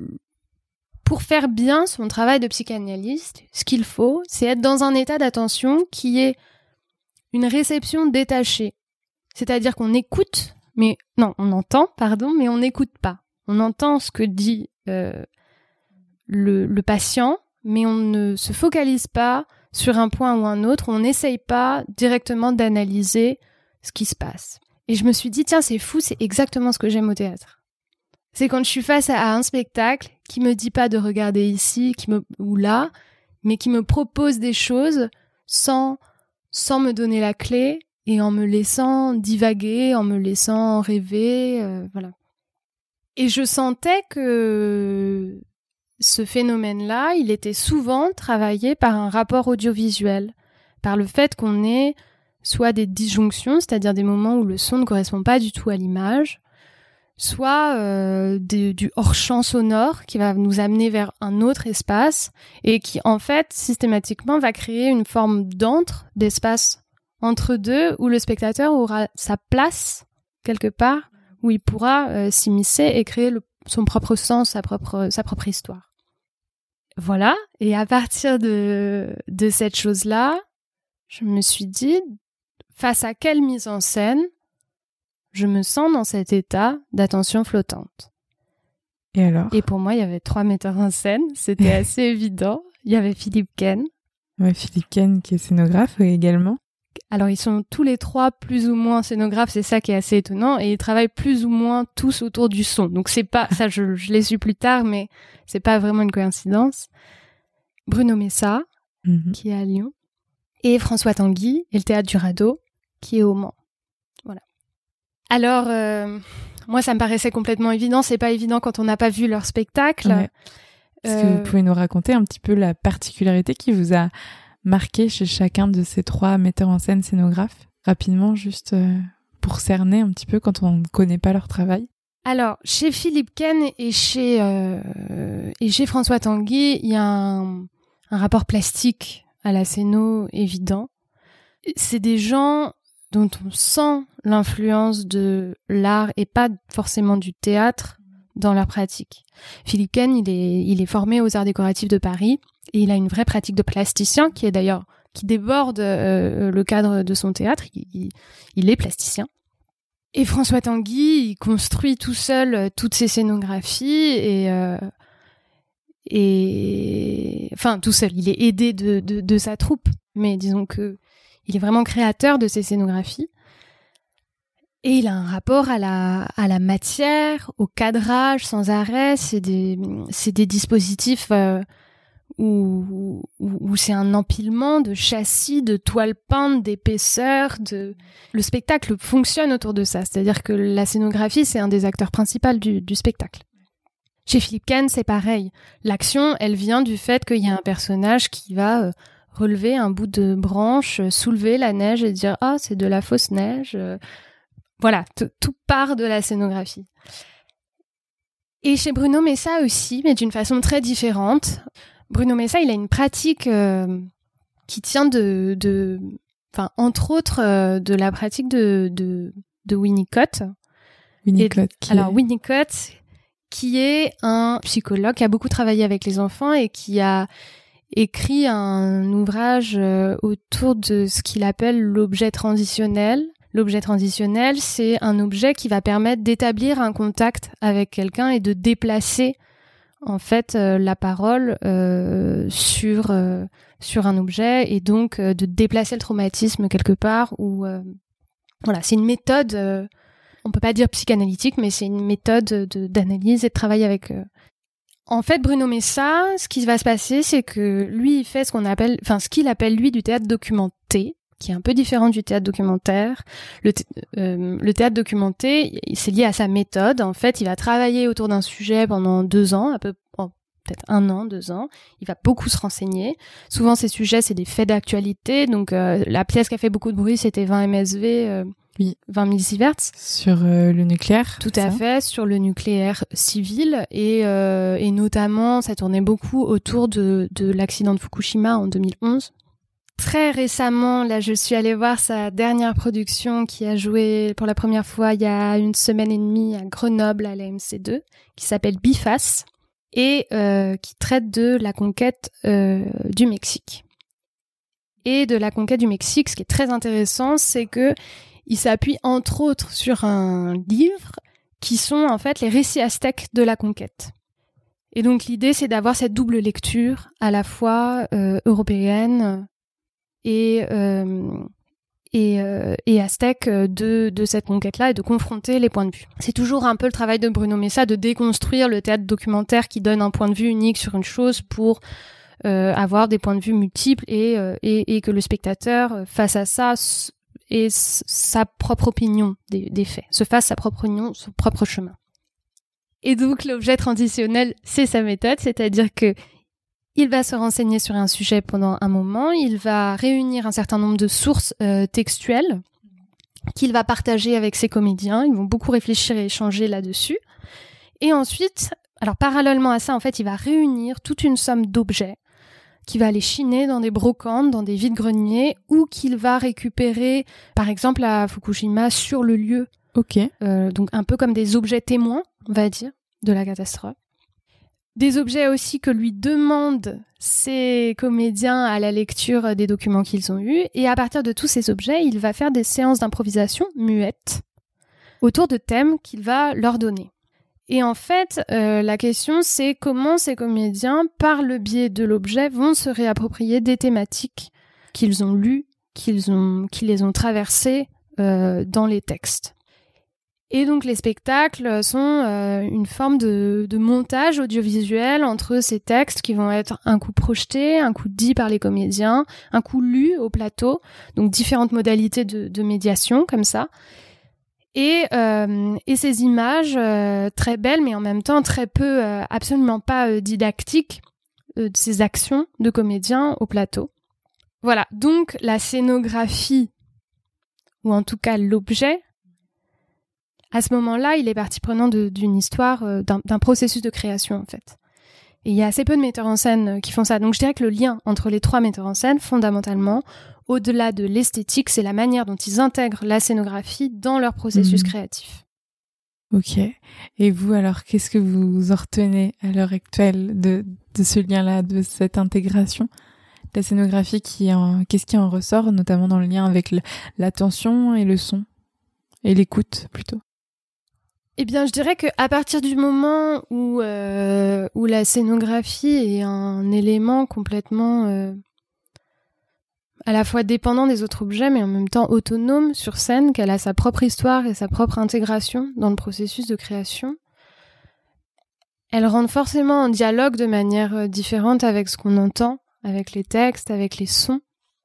pour faire bien son travail de psychanalyste, ce qu'il faut, c'est être dans un état d'attention qui est une réception détachée. C'est-à-dire qu'on écoute, mais non, on entend, pardon, mais on n'écoute pas. On entend ce que dit euh, le, le patient, mais on ne se focalise pas sur un point ou un autre. On n'essaye pas directement d'analyser ce qui se passe. Et je me suis dit, tiens, c'est fou, c'est exactement ce que j'aime au théâtre. C'est quand je suis face à un spectacle qui me dit pas de regarder ici qui me, ou là, mais qui me propose des choses sans, sans me donner la clé et en me laissant divaguer, en me laissant rêver, euh, voilà. Et je sentais que ce phénomène-là, il était souvent travaillé par un rapport audiovisuel, par le fait qu'on ait soit des disjonctions, c'est-à-dire des moments où le son ne correspond pas du tout à l'image, soit euh, des, du hors-champ sonore qui va nous amener vers un autre espace et qui, en fait, systématiquement, va créer une forme d'antre, d'espace entre deux, où le spectateur aura sa place, quelque part, où il pourra euh, s'immiscer et créer le, son propre sens, sa propre, sa propre histoire. Voilà, et à partir de, de cette chose-là, je me suis dit, face à quelle mise en scène je me sens dans cet état d'attention flottante. Et alors ? Et pour moi, il y avait trois metteurs en scène, c'était assez évident. Il y avait Philippe Ken. Ouais, Philippe Ken qui est scénographe également. Alors, ils sont tous les trois plus ou moins scénographes, c'est ça qui est assez étonnant, et ils travaillent plus ou moins tous autour du son. Donc, c'est pas, ça, je, je l'ai su plus tard, mais c'est pas vraiment une coïncidence. Bruno Messa, mm-hmm. qui est à Lyon, et François Tanguy, et le Théâtre du Radeau, qui est au Mans. Voilà. Alors, euh, moi, ça me paraissait complètement évident. C'est pas évident quand on n'a pas vu leur spectacle. Ouais. Est-ce que vous pouvez nous raconter un petit peu la particularité qui vous a marqué chez chacun de ces trois metteurs en scène scénographes? Rapidement, juste euh, pour cerner un petit peu quand on ne connaît pas leur travail. Alors, chez Philippe Ken et chez, euh, et chez François Tanguy, il y a un, un rapport plastique à la scéno évident. C'est des gens dont on sent l'influence de l'art et pas forcément du théâtre dans leur pratique. Philippe Ken, il est, il est formé aux Arts décoratifs de Paris et il a une vraie pratique de plasticien qui est d'ailleurs qui déborde euh, le cadre de son théâtre. Il, il, il est plasticien. Et François Tanguy, il construit tout seul euh, toutes ses scénographies et euh, et enfin tout seul. Il est aidé de, de de sa troupe, mais disons que il est vraiment créateur de ses scénographies. Et il a un rapport à la, à la matière, au cadrage sans arrêt. C'est des, c'est des dispositifs euh, où, où, où c'est un empilement de châssis, de toiles peintes, d'épaisseur. De... Le spectacle fonctionne autour de ça. C'est-à-dire que la scénographie, c'est un des acteurs principaux du, du spectacle. Chez Philippe Ken, c'est pareil. L'action, elle vient du fait qu'il y a un personnage qui va euh, relever un bout de branche, soulever la neige et dire « Ah, c'est de la fausse neige euh, ». Voilà, t- tout part de la scénographie. Et chez Bruno Messa aussi, mais d'une façon très différente. Bruno Messa, il a une pratique euh, qui tient de, de, enfin, entre autres, euh, de la pratique de, de, de Winnicott. Winnicott. Et, alors, est... Winnicott, qui est un psychologue qui a beaucoup travaillé avec les enfants et qui a écrit un ouvrage euh, autour de ce qu'il appelle l'objet transitionnel. L'objet transitionnel, c'est un objet qui va permettre d'établir un contact avec quelqu'un et de déplacer en fait euh, la parole euh, sur euh, sur un objet et donc euh, de déplacer le traumatisme quelque part. Ou euh, voilà, c'est une méthode. Euh, on peut pas dire psychanalytique, mais c'est une méthode de, d'analyse et de travail avec. Euh... En fait, Bruno Messa, ce qui va se passer, c'est que lui, il fait ce qu'on appelle, enfin, ce qu'il appelle lui du théâtre documenté, qui est un peu différent du théâtre documentaire. Le, th- euh, le théâtre documenté, c'est lié à sa méthode. En fait, il va travailler autour d'un sujet pendant deux ans, à peu, oh, peut-être un an, deux ans. Il va beaucoup se renseigner. Souvent, ces sujets, c'est des faits d'actualité. Donc, euh, la pièce qui a fait beaucoup de bruit, c'était vingt M S V, euh, oui. vingt millisieverts. Sur euh, le nucléaire. Tout à ça. fait, sur le nucléaire civil. Et, euh, et notamment, ça tournait beaucoup autour de, de l'accident de Fukushima en deux mille onze. Très récemment, là, je suis allée voir sa dernière production qui a joué pour la première fois il y a une semaine et demie à Grenoble à la M C deux, qui s'appelle Biface et euh, qui traite de la conquête euh, du Mexique. Et de la conquête du Mexique, ce qui est très intéressant, c'est que il s'appuie entre autres sur un livre qui sont en fait les récits aztèques de la conquête. Et donc l'idée, c'est d'avoir cette double lecture à la fois euh, européenne et euh, et, euh, et aztèque de de cette conquête-là et de confronter les points de vue. C'est toujours un peu le travail de Bruno Messa de déconstruire le théâtre documentaire qui donne un point de vue unique sur une chose pour euh, avoir des points de vue multiples et euh, et, et que le spectateur face à ça ait sa propre opinion des, des faits, se fasse sa propre opinion, son propre chemin. Et donc l'objet transitionnel, c'est sa méthode, c'est-à-dire que il va se renseigner sur un sujet pendant un moment, il va réunir un certain nombre de sources euh, textuelles qu'il va partager avec ses comédiens, ils vont beaucoup réfléchir et échanger là-dessus. Et ensuite, alors parallèlement à ça, en fait, il va réunir toute une somme d'objets qu'il va aller chiner dans des brocantes, dans des vides-greniers, ou qu'il va récupérer, par exemple, à Fukushima, sur le lieu. Ok. Euh, donc un peu comme des objets témoins, on va dire, de la catastrophe. Des objets aussi que lui demandent ses comédiens à la lecture des documents qu'ils ont eus. Et à partir de tous ces objets, il va faire des séances d'improvisation muettes autour de thèmes qu'il va leur donner. Et en fait, euh, la question, c'est comment ces comédiens, par le biais de l'objet, vont se réapproprier des thématiques qu'ils ont lues, qu'ils ont, qui les ont traversées euh, dans les textes. Et donc les spectacles sont euh, une forme de, de montage audiovisuel entre ces textes qui vont être un coup projetés, un coup dit par les comédiens, un coup lu au plateau, donc différentes modalités de, de médiation comme ça. Et, euh, et ces images euh, très belles, mais en même temps très peu, euh, absolument pas euh, didactiques, euh, de ces actions de comédiens au plateau. Voilà, donc la scénographie, ou en tout cas l'objet, à ce moment-là, il est partie prenante de, d'une histoire, euh, d'un, d'un processus de création en fait. Et il y a assez peu de metteurs en scène qui font ça. Donc je dirais que le lien entre les trois metteurs en scène, fondamentalement, au-delà de l'esthétique, c'est la manière dont ils intègrent la scénographie dans leur processus mmh. créatif. Ok. Et vous, alors, qu'est-ce que vous en retenez à l'heure actuelle de, de ce lien-là, de cette intégration de la scénographie qui en, qu'est-ce qui en ressort, notamment dans le lien avec le, l'attention et le son, et l'écoute plutôt? Eh bien, je dirais qu'à partir du moment où, euh, où la scénographie est un élément complètement euh, à la fois dépendant des autres objets, mais en même temps autonome sur scène, qu'elle a sa propre histoire et sa propre intégration dans le processus de création, elle rentre forcément en dialogue de manière différente avec ce qu'on entend, avec les textes, avec les sons.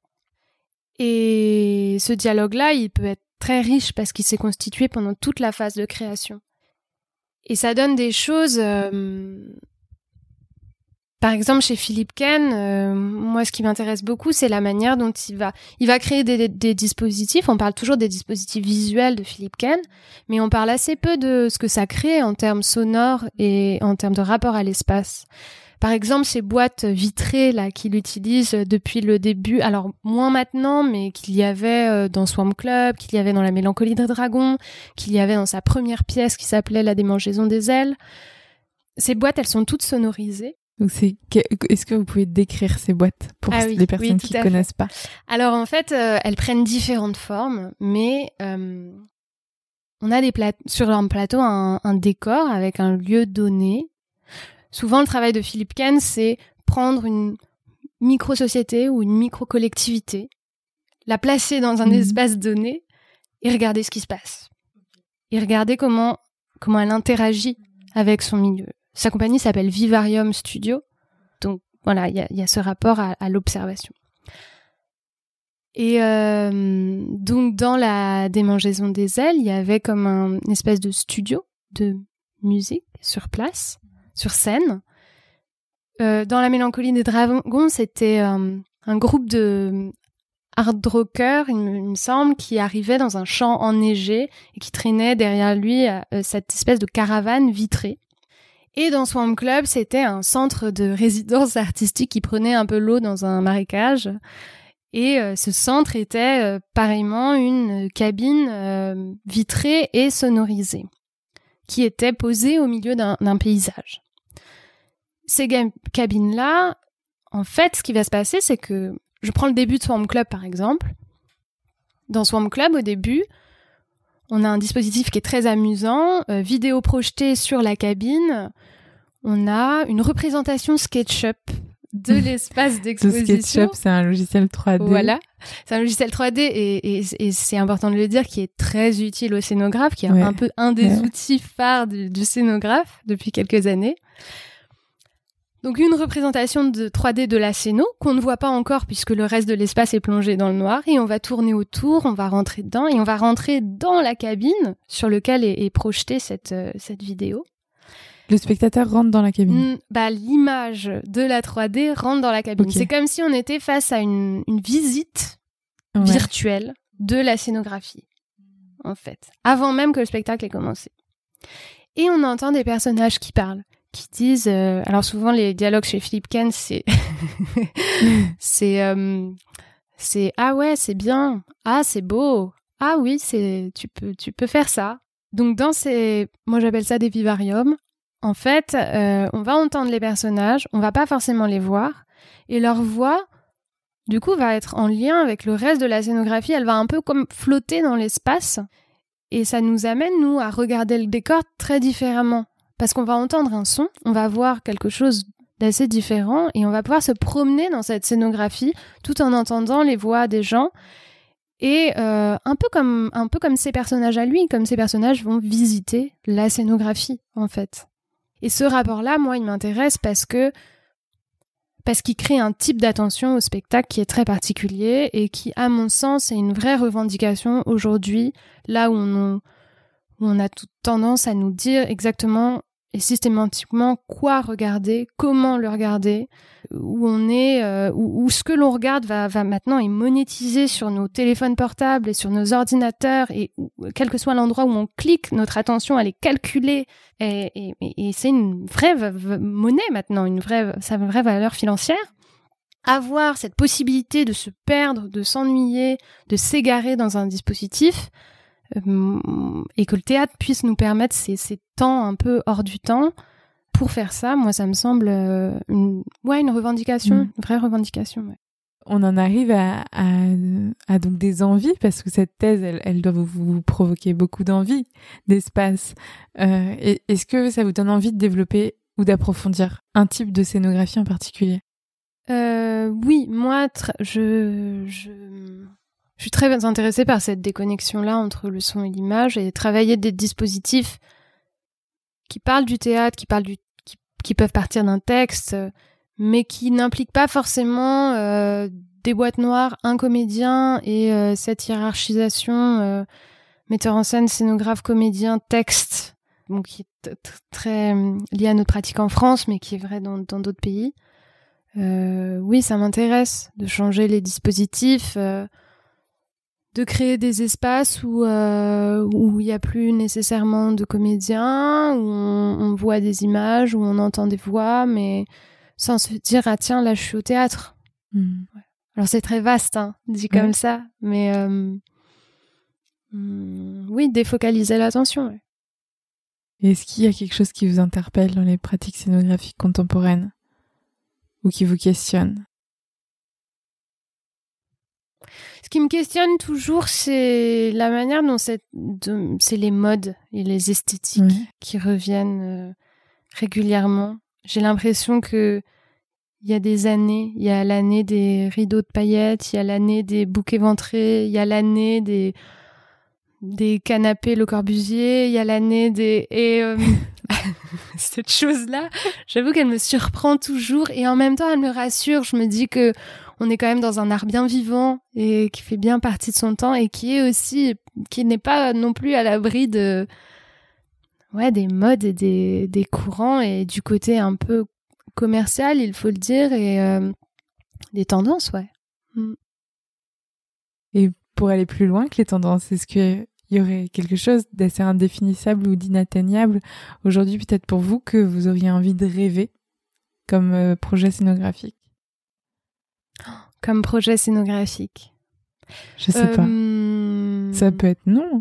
Et ce dialogue-là, il peut être très riche parce qu'il s'est constitué pendant toute la phase de création. Et ça donne des choses... Euh... Par exemple, chez Philippe Ken, euh, moi, ce qui m'intéresse beaucoup, c'est la manière dont il va... Il va créer des, des, des dispositifs. On parle toujours des dispositifs visuels de Philippe Ken, mais on parle assez peu de ce que ça crée en termes sonores et en termes de rapport à l'espace. Par exemple, ces boîtes vitrées là qu'il utilise depuis le début, alors moins maintenant, mais qu'il y avait dans Swamp Club, qu'il y avait dans La Mélancolie des Dragons, qu'il y avait dans sa première pièce qui s'appelait La Démangeaison des ailes. Ces boîtes, elles sont toutes sonorisées. Donc c'est, est-ce que vous pouvez décrire ces boîtes pour ah oui, les personnes oui, qui ne connaissent pas? Alors en fait, euh, elles prennent différentes formes, mais euh, on a des pla- sur un plateau un, un décor avec un lieu donné. Souvent, le travail de Philippe Ken, c'est prendre une micro-société ou une micro-collectivité, la placer dans un mmh. espace donné et regarder ce qui se passe. Et regarder comment, comment elle interagit avec son milieu. Sa compagnie s'appelle Vivarium Studio. Donc, voilà, il y a, y a ce rapport à, à l'observation. Et euh, donc, dans La Démangeaison des ailes, il y avait comme un, une espèce de studio de musique sur place, sur scène. Euh, dans La Mélancolie des Dragons, c'était euh, un groupe de hard rockers, il me, il me semble, qui arrivait dans un champ enneigé et qui traînait derrière lui euh, cette espèce de caravane vitrée. Et dans Swamp Club, c'était un centre de résidence artistique qui prenait un peu l'eau dans un marécage. Et euh, ce centre était euh, pareillement une cabine euh, vitrée et sonorisée, qui était posée au milieu d'un, d'un paysage. Ces ga- cabines-là, en fait, ce qui va se passer, c'est que... Je prends le début de Swamp Club, par exemple. Dans Swamp Club, au début, on a un dispositif qui est très amusant, euh, vidéo projetée sur la cabine. On a une représentation SketchUp de l'espace d'exposition. Le SketchUp, c'est un logiciel trois D. Voilà, c'est un logiciel trois D et, et, et c'est important de le dire, qui est très utile aux scénographes, qui est ouais. un peu un des ouais. outils phares du, du scénographe depuis quelques années. Donc une représentation de trois D de la scéno qu'on ne voit pas encore puisque le reste de l'espace est plongé dans le noir, et on va tourner autour, on va rentrer dedans et on va rentrer dans la cabine sur laquelle est, est projetée cette, euh, cette vidéo. Le spectateur rentre dans la cabine. Mmh, bah, l'image de la trois D rentre dans la cabine. Okay. C'est comme si on était face à une, une visite ouais. virtuelle de la scénographie, en fait, avant même que le spectacle ait commencé. Et on entend des personnages qui parlent, qui disent... Euh, alors souvent, les dialogues chez Philippe Ken, c'est... c'est, euh, c'est « Ah ouais, c'est bien. Ah, c'est beau. Ah oui, c'est, tu peux, tu peux faire ça. » Donc dans ces... Moi, j'appelle ça des vivariums. En fait, euh, on va entendre les personnages, on va pas forcément les voir, et leur voix, du coup, va être en lien avec le reste de la scénographie. Elle va un peu comme flotter dans l'espace, et ça nous amène, nous, à regarder le décor très différemment. Parce qu'on va entendre un son, on va voir quelque chose d'assez différent, et on va pouvoir se promener dans cette scénographie, tout en entendant les voix des gens, et euh, un peu comme, un peu comme ces personnages à lui, comme ces personnages vont visiter la scénographie, en fait. Et ce rapport-là, moi, il m'intéresse parce que parce qu'il crée un type d'attention au spectacle qui est très particulier et qui, à mon sens, est une vraie revendication aujourd'hui, là où on où on a toute tendance à nous dire exactement et systématiquement quoi regarder, comment le regarder, où on est, euh, où, où ce que l'on regarde va, va maintenant est monétisé sur nos téléphones portables et sur nos ordinateurs, et où, quel que soit l'endroit où on clique, notre attention elle est calculée, et, et, et c'est une vraie v- v- monnaie maintenant, une vraie, ça a une vraie valeur financière. Avoir cette possibilité de se perdre, de s'ennuyer, de s'égarer dans un dispositif, euh, et que le théâtre puisse nous permettre ces, ces temps un peu hors du temps. Pour faire ça, moi, ça me semble euh, une, ouais, une revendication, mmh. une vraie revendication. Ouais. On en arrive à, à, à donc des envies, parce que cette thèse, elle, elle doit vous, vous provoquer beaucoup d'envie, d'espace. Euh, et, est-ce que ça vous donne envie de développer ou d'approfondir un type de scénographie en particulier ? euh, Oui, moi, tra- je, je, je suis très intéressée par cette déconnexion-là entre le son et l'image, et travailler des dispositifs qui parlent du théâtre, qui parlent du qui peuvent partir d'un texte, mais qui n'impliquent pas forcément euh, des boîtes noires, un comédien et euh, cette hiérarchisation euh, metteur en scène, scénographe, comédien, texte, bon, qui est t- t- très euh, lié à notre pratique en France, mais qui est vrai dans, dans d'autres pays. Euh, oui, ça m'intéresse de changer les dispositifs, euh, de créer des espaces où euh, où il n'y a plus nécessairement de comédiens, où on, on voit des images, où on entend des voix, mais sans se dire ah tiens là je suis au théâtre. Mmh. Ouais. Alors c'est très vaste, hein, dit ouais. comme ça, mais euh, mm, oui, défocaliser l'attention. Ouais. Est-ce qu'il y a quelque chose qui vous interpelle dans les pratiques scénographiques contemporaines ou qui vous questionne ? Ce qui me questionne toujours, c'est la manière dont c'est, de, c'est les modes et les esthétiques ouais. qui reviennent euh, régulièrement. J'ai l'impression que il y a des années, il y a l'année des rideaux de paillettes, il y a l'année des boucs éventrés, il y a l'année des des canapés Le Corbusier, il y a l'année des et euh, cette chose-là, j'avoue qu'elle me surprend toujours, et en même temps elle me rassure. Je me dis que on est quand même dans un art bien vivant et qui fait bien partie de son temps, et qui est aussi, qui n'est pas non plus à l'abri de, ouais, des modes et des, des courants, et du côté un peu commercial, il faut le dire, et euh, des tendances, ouais. Mm. Et pour aller plus loin que les tendances, est-ce qu'il y aurait quelque chose d'assez indéfinissable ou d'inatteignable aujourd'hui, peut-être pour vous, que vous auriez envie de rêver comme euh, projet scénographique ? Comme projet scénographique. Je sais euh... pas. Ça peut être non.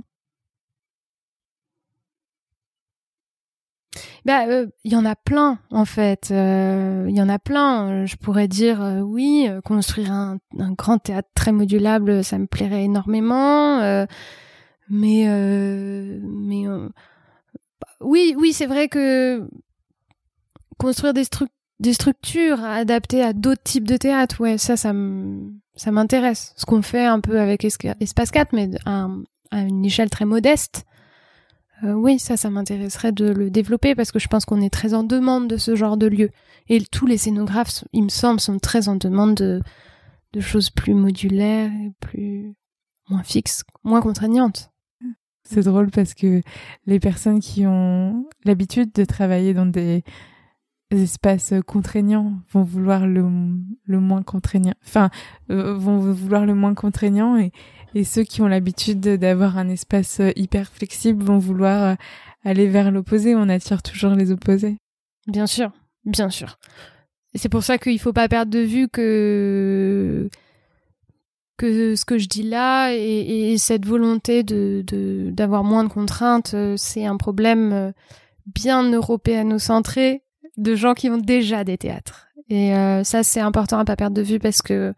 Bah, il euh, y en a plein, en fait. Il euh, y en a plein. Je pourrais dire, euh, oui, euh, construire un, un grand théâtre très modulable, ça me plairait énormément. Euh, mais, euh, mais euh, oui, oui, c'est vrai que construire des structures Des structures adaptées à d'autres types de théâtre, ouais, ça, ça, m- ça m'intéresse. Ce qu'on fait un peu avec es- Espace quatre, mais à, à une échelle très modeste. Euh, oui, ça, ça m'intéresserait de le développer, parce que je pense qu'on est très en demande de ce genre de lieu. Et tous les scénographes, il me semble, sont très en demande de, de choses plus modulaires, et plus, moins fixes, moins contraignantes. C'est drôle parce que les personnes qui ont l'habitude de travailler dans des Les espaces contraignants vont vouloir le, le moins contraignant, enfin, euh, vont vouloir le moins contraignant, et, et ceux qui ont l'habitude d'avoir un espace hyper flexible vont vouloir aller vers l'opposé. On attire toujours les opposés. Bien sûr, bien sûr. Et c'est pour ça qu'il ne faut pas perdre de vue que, que ce que je dis là, et, et cette volonté de, de, d'avoir moins de contraintes, c'est un problème bien européano-centré, de gens qui ont déjà des théâtres. Et euh, ça, c'est important à pas perdre de vue, parce que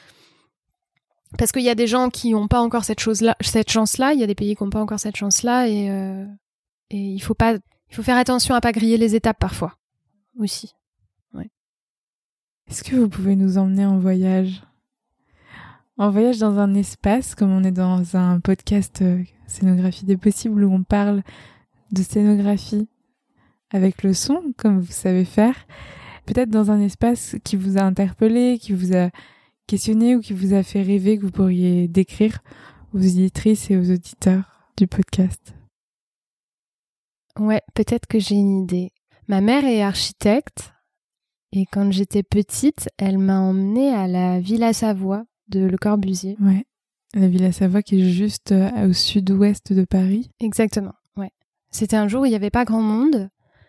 parce qu'il y a des gens qui n'ont pas encore cette chose-là, cette chance-là. Il y a des pays qui n'ont pas encore cette chance-là, et euh, et il faut pas, il faut faire attention à pas griller les étapes parfois aussi. Ouais. Est-ce que vous pouvez nous emmener en voyage, en voyage dans un espace, comme on est dans un podcast euh, Scénographie des possibles, où on parle de scénographie avec le son, comme vous savez faire, peut-être dans un espace qui vous a interpellé, qui vous a questionné ou qui vous a fait rêver, que vous pourriez décrire aux auditrices et aux auditeurs du podcast. Ouais, peut-être que j'ai une idée. Ma mère est architecte et quand j'étais petite, elle m'a emmenée à la Villa Savoie de Le Corbusier. Ouais, la Villa Savoie qui est juste au sud-ouest de Paris. Exactement, ouais. C'était un jour où il n'y avait pas grand monde.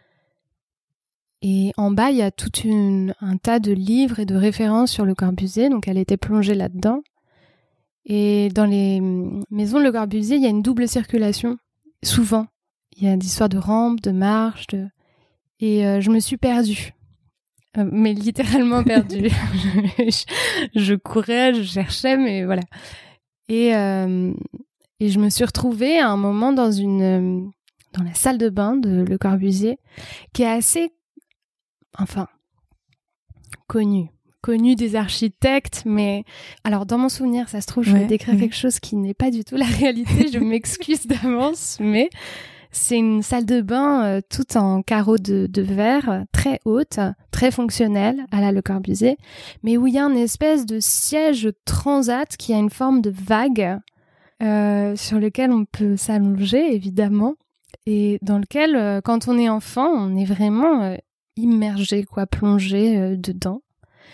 Et en bas, il y a tout une, un tas de livres et de références sur Le Corbusier, donc elle était plongée là-dedans. Et dans les maisons de Le Corbusier, il y a une double circulation, souvent. Il y a des histoires de rampes, de marches, de... et euh, je me suis perdue. Euh, mais littéralement perdue. je, je courais, je cherchais, mais voilà. Et, euh, et je me suis retrouvée à un moment dans, une, dans la salle de bain de Le Corbusier, qui est assez... Enfin, connue. Connue des architectes, mais... Alors, dans mon souvenir, ça se trouve, je ouais, vais décrire ouais. quelque chose qui n'est pas du tout la réalité. Je m'excuse d'avance, mais... C'est une salle de bain euh, toute en carreaux de, de verre, très haute, très fonctionnelle, à la Le Corbusier, mais où il y a une espèce de siège transat qui a une forme de vague euh, sur lequel on peut s'allonger, évidemment, et dans lequel, euh, quand on est enfant, on est vraiment euh, immergé, quoi, plongé euh, dedans.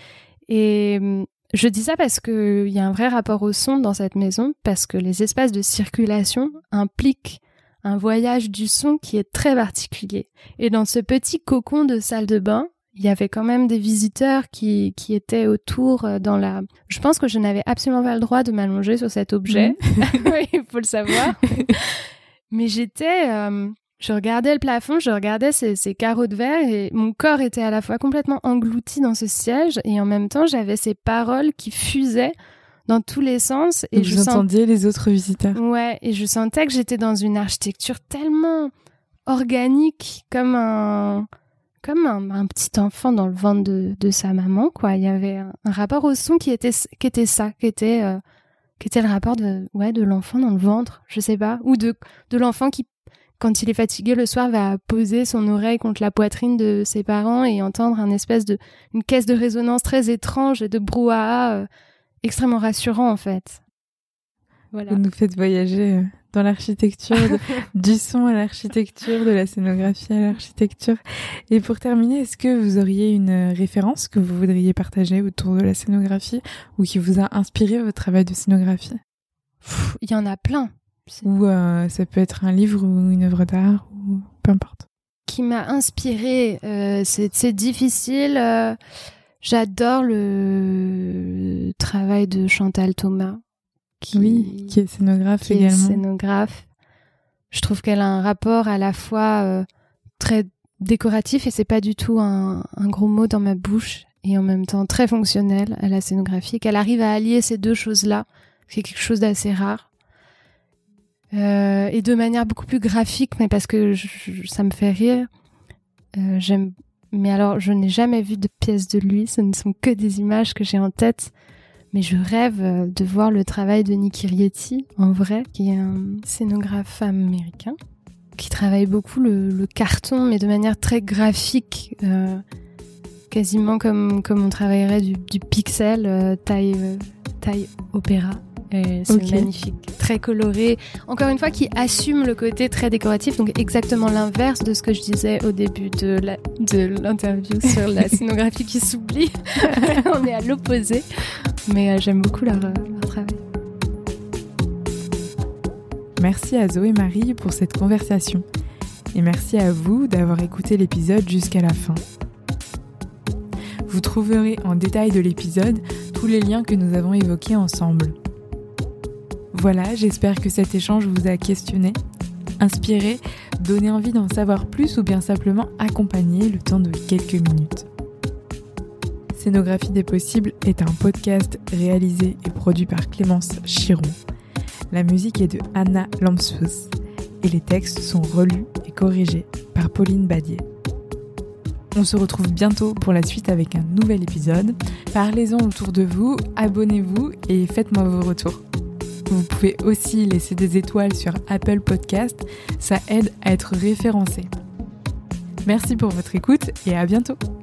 Et euh, je dis ça parce qu'il y a un vrai rapport au son dans cette maison, parce que les espaces de circulation impliquent un voyage du son qui est très particulier. Et dans ce petit cocon de salle de bain, il y avait quand même des visiteurs qui, qui étaient autour dans la... Je pense que je n'avais absolument pas le droit de m'allonger sur cet objet. Mmh. Oui, il faut le savoir. Mais j'étais... Euh, je regardais le plafond, je regardais ces, ces carreaux de verre et mon corps était à la fois complètement englouti dans ce siège et en même temps, j'avais ces paroles qui fusaient dans tous les sens. Et donc je vous sens... entendiez les autres visiteurs. Ouais, et je sentais que j'étais dans une architecture tellement organique, comme un, comme un, un petit enfant dans le ventre de, de sa maman, quoi. Il y avait un, un rapport au son qui était, qui était ça, qui était, euh, qui était le rapport de, ouais, de l'enfant dans le ventre, je sais pas, ou de, de l'enfant qui, quand il est fatigué le soir, va poser son oreille contre la poitrine de ses parents et entendre un espèce de, une caisse de résonance très étrange et de brouhaha, euh, extrêmement rassurant en fait. Voilà. Vous nous faites voyager dans l'architecture, de, du son à l'architecture, de la scénographie à l'architecture. Et pour terminer, est-ce que vous auriez une référence que vous voudriez partager autour de la scénographie ou qui vous a inspiré votre travail de scénographie ? Il y en a plein. Ou euh, ça peut être un livre ou une œuvre d'art, ou peu importe. Qui m'a inspiré, euh, c'est, c'est difficile... Euh... J'adore le travail de Chantal Thomas. Qui, oui, qui est scénographe qui également. Est scénographe. Je trouve qu'elle a un rapport à la fois euh, très décoratif, et c'est pas du tout un, un gros mot dans ma bouche, et en même temps très fonctionnel à la scénographie, qu'elle arrive à allier ces deux choses-là, c'est quelque chose d'assez rare. Euh, et de manière beaucoup plus graphique, mais parce que je, je, ça me fait rire. Euh, j'aime Mais alors, je n'ai jamais vu de pièces de lui, ce ne sont que des images que j'ai en tête. Mais je rêve de voir le travail de Nicky Rietti, en vrai, qui est un scénographe américain, qui travaille beaucoup le, le carton, mais de manière très graphique, euh, quasiment comme, comme on travaillerait du, du pixel, euh, taille, euh, taille opéra. Et c'est okay. Magnifique, très coloré, encore une fois qui assume le côté très décoratif, donc exactement l'inverse de ce que je disais au début de, la, de l'interview sur la scénographie qui s'oublie. On est à l'opposé, mais euh, j'aime beaucoup leur, leur travail. Merci à Zoé Marie pour cette conversation et merci à vous d'avoir écouté l'épisode jusqu'à la fin. Vous trouverez en détail de l'épisode tous les liens que nous avons évoqués ensemble. Voilà, j'espère que cet échange vous a questionné, inspiré, donné envie d'en savoir plus ou bien simplement accompagné le temps de quelques minutes. Scénographie des possibles est un podcast réalisé et produit par Clémence Chiron. La musique est de Anna Lampsous et les textes sont relus et corrigés par Pauline Badier. On se retrouve bientôt pour la suite avec un nouvel épisode. Parlez-en autour de vous, abonnez-vous et faites-moi vos retours. Vous pouvez aussi laisser des étoiles sur Apple Podcast, ça aide à être référencé. Merci pour votre écoute et à bientôt.